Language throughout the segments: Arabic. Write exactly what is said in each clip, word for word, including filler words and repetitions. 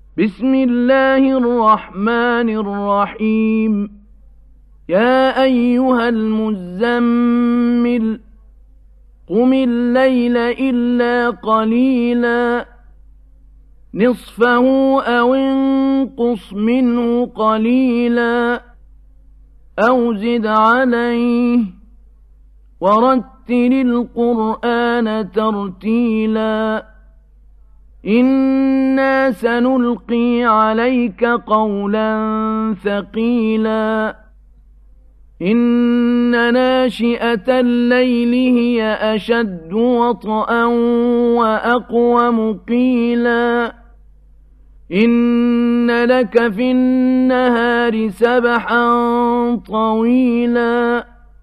بسم الله الرحمن الرحيم يا أيها المزمل قم الليل إلا قليلا نصفه أو انقص منه قليلا أو زد عليه ورتل القرآن ترتيلا إنا سنلقي عليك قولا ثقيلا إن ناشئة الليل هي أشد وطئا وأقوم قيلا إن لك في النهار سبحا طويلا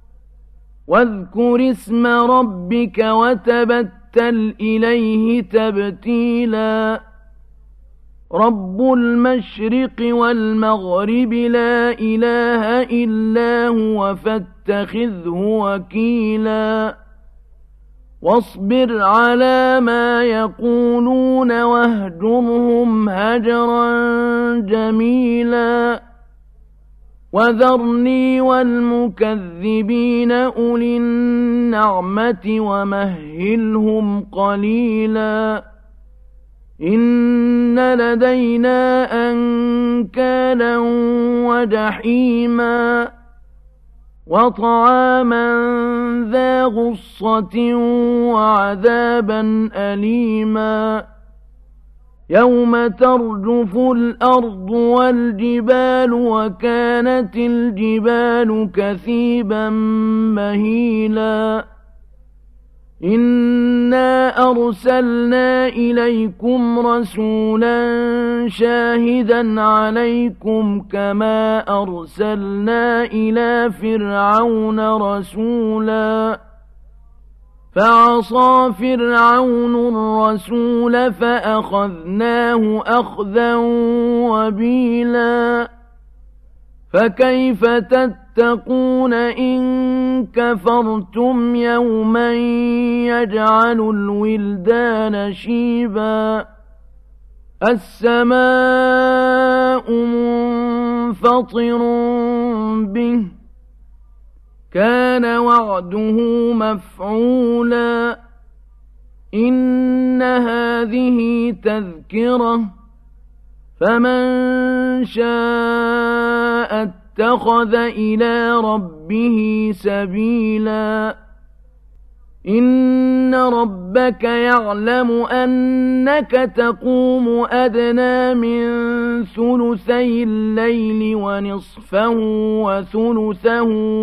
واذكر اسم ربك وتبتل إليه تبتيلا رب المشرق والمغرب لا إله إلا هو فاتخذه وكيلا واصبر على ما يقولون واهجرهم هجرا جميلا وذرني والمكذبين أولي النعمة ومهلهم قليلا إن لدينا أنكالا وجحيما وطعاما ذا غصة وعذابا أليما يوم ترجف الأرض والجبال وكانت الجبال كثيبا مهيلا إنا أرسلنا إليكم رسولا شاهدا عليكم كما أرسلنا إلى فرعون رسولا فعصى فرعون الرسول فأخذناه أخذا وبيلا فكيف تتقون إن كفرتم يوما يجعل الولدان شيبا السماء منفطر به كان وعده مفعولا إن هذه تذكرة فمن شاء اتخذ إلى ربه سبيلا إن ربك يعلم أنك تقوم أدنى من ثلثي الليل ونصفه وثلثه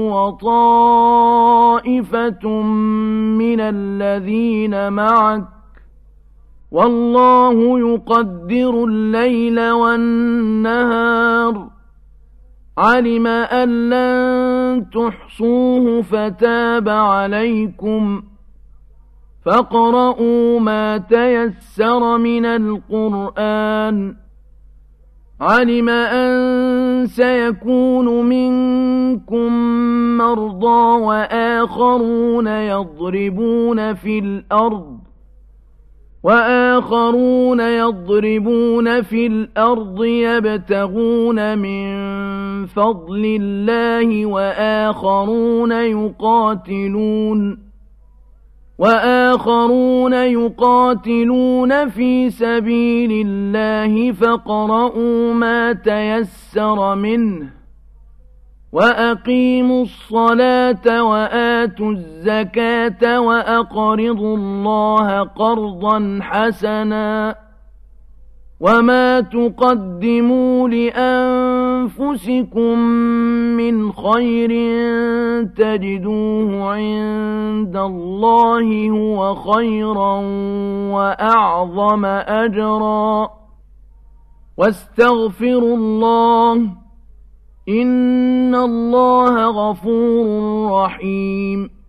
وطائفة من الذين معك والله يقدر الليل والنهار علم أن لن تحصوه فتاب عليكم فاقرؤوا ما تيسر من القرآن علم أن سيكون منكم مرضى وآخرون يضربون في الأرض وآخرون يضربون في الأرض يبتغون من فضل الله وآخرون يقاتلون وآخرون يقاتلون في سبيل الله فاقرؤوا ما تيسر منه وأقيموا الصلاة وآتوا الزكاة وأقرضوا الله قرضا حسنا وما تقدموا لأنفسكم من خير تجدوه عند الله هو خيرا وأعظم أجرا واستغفروا الله إن الله غفور رحيم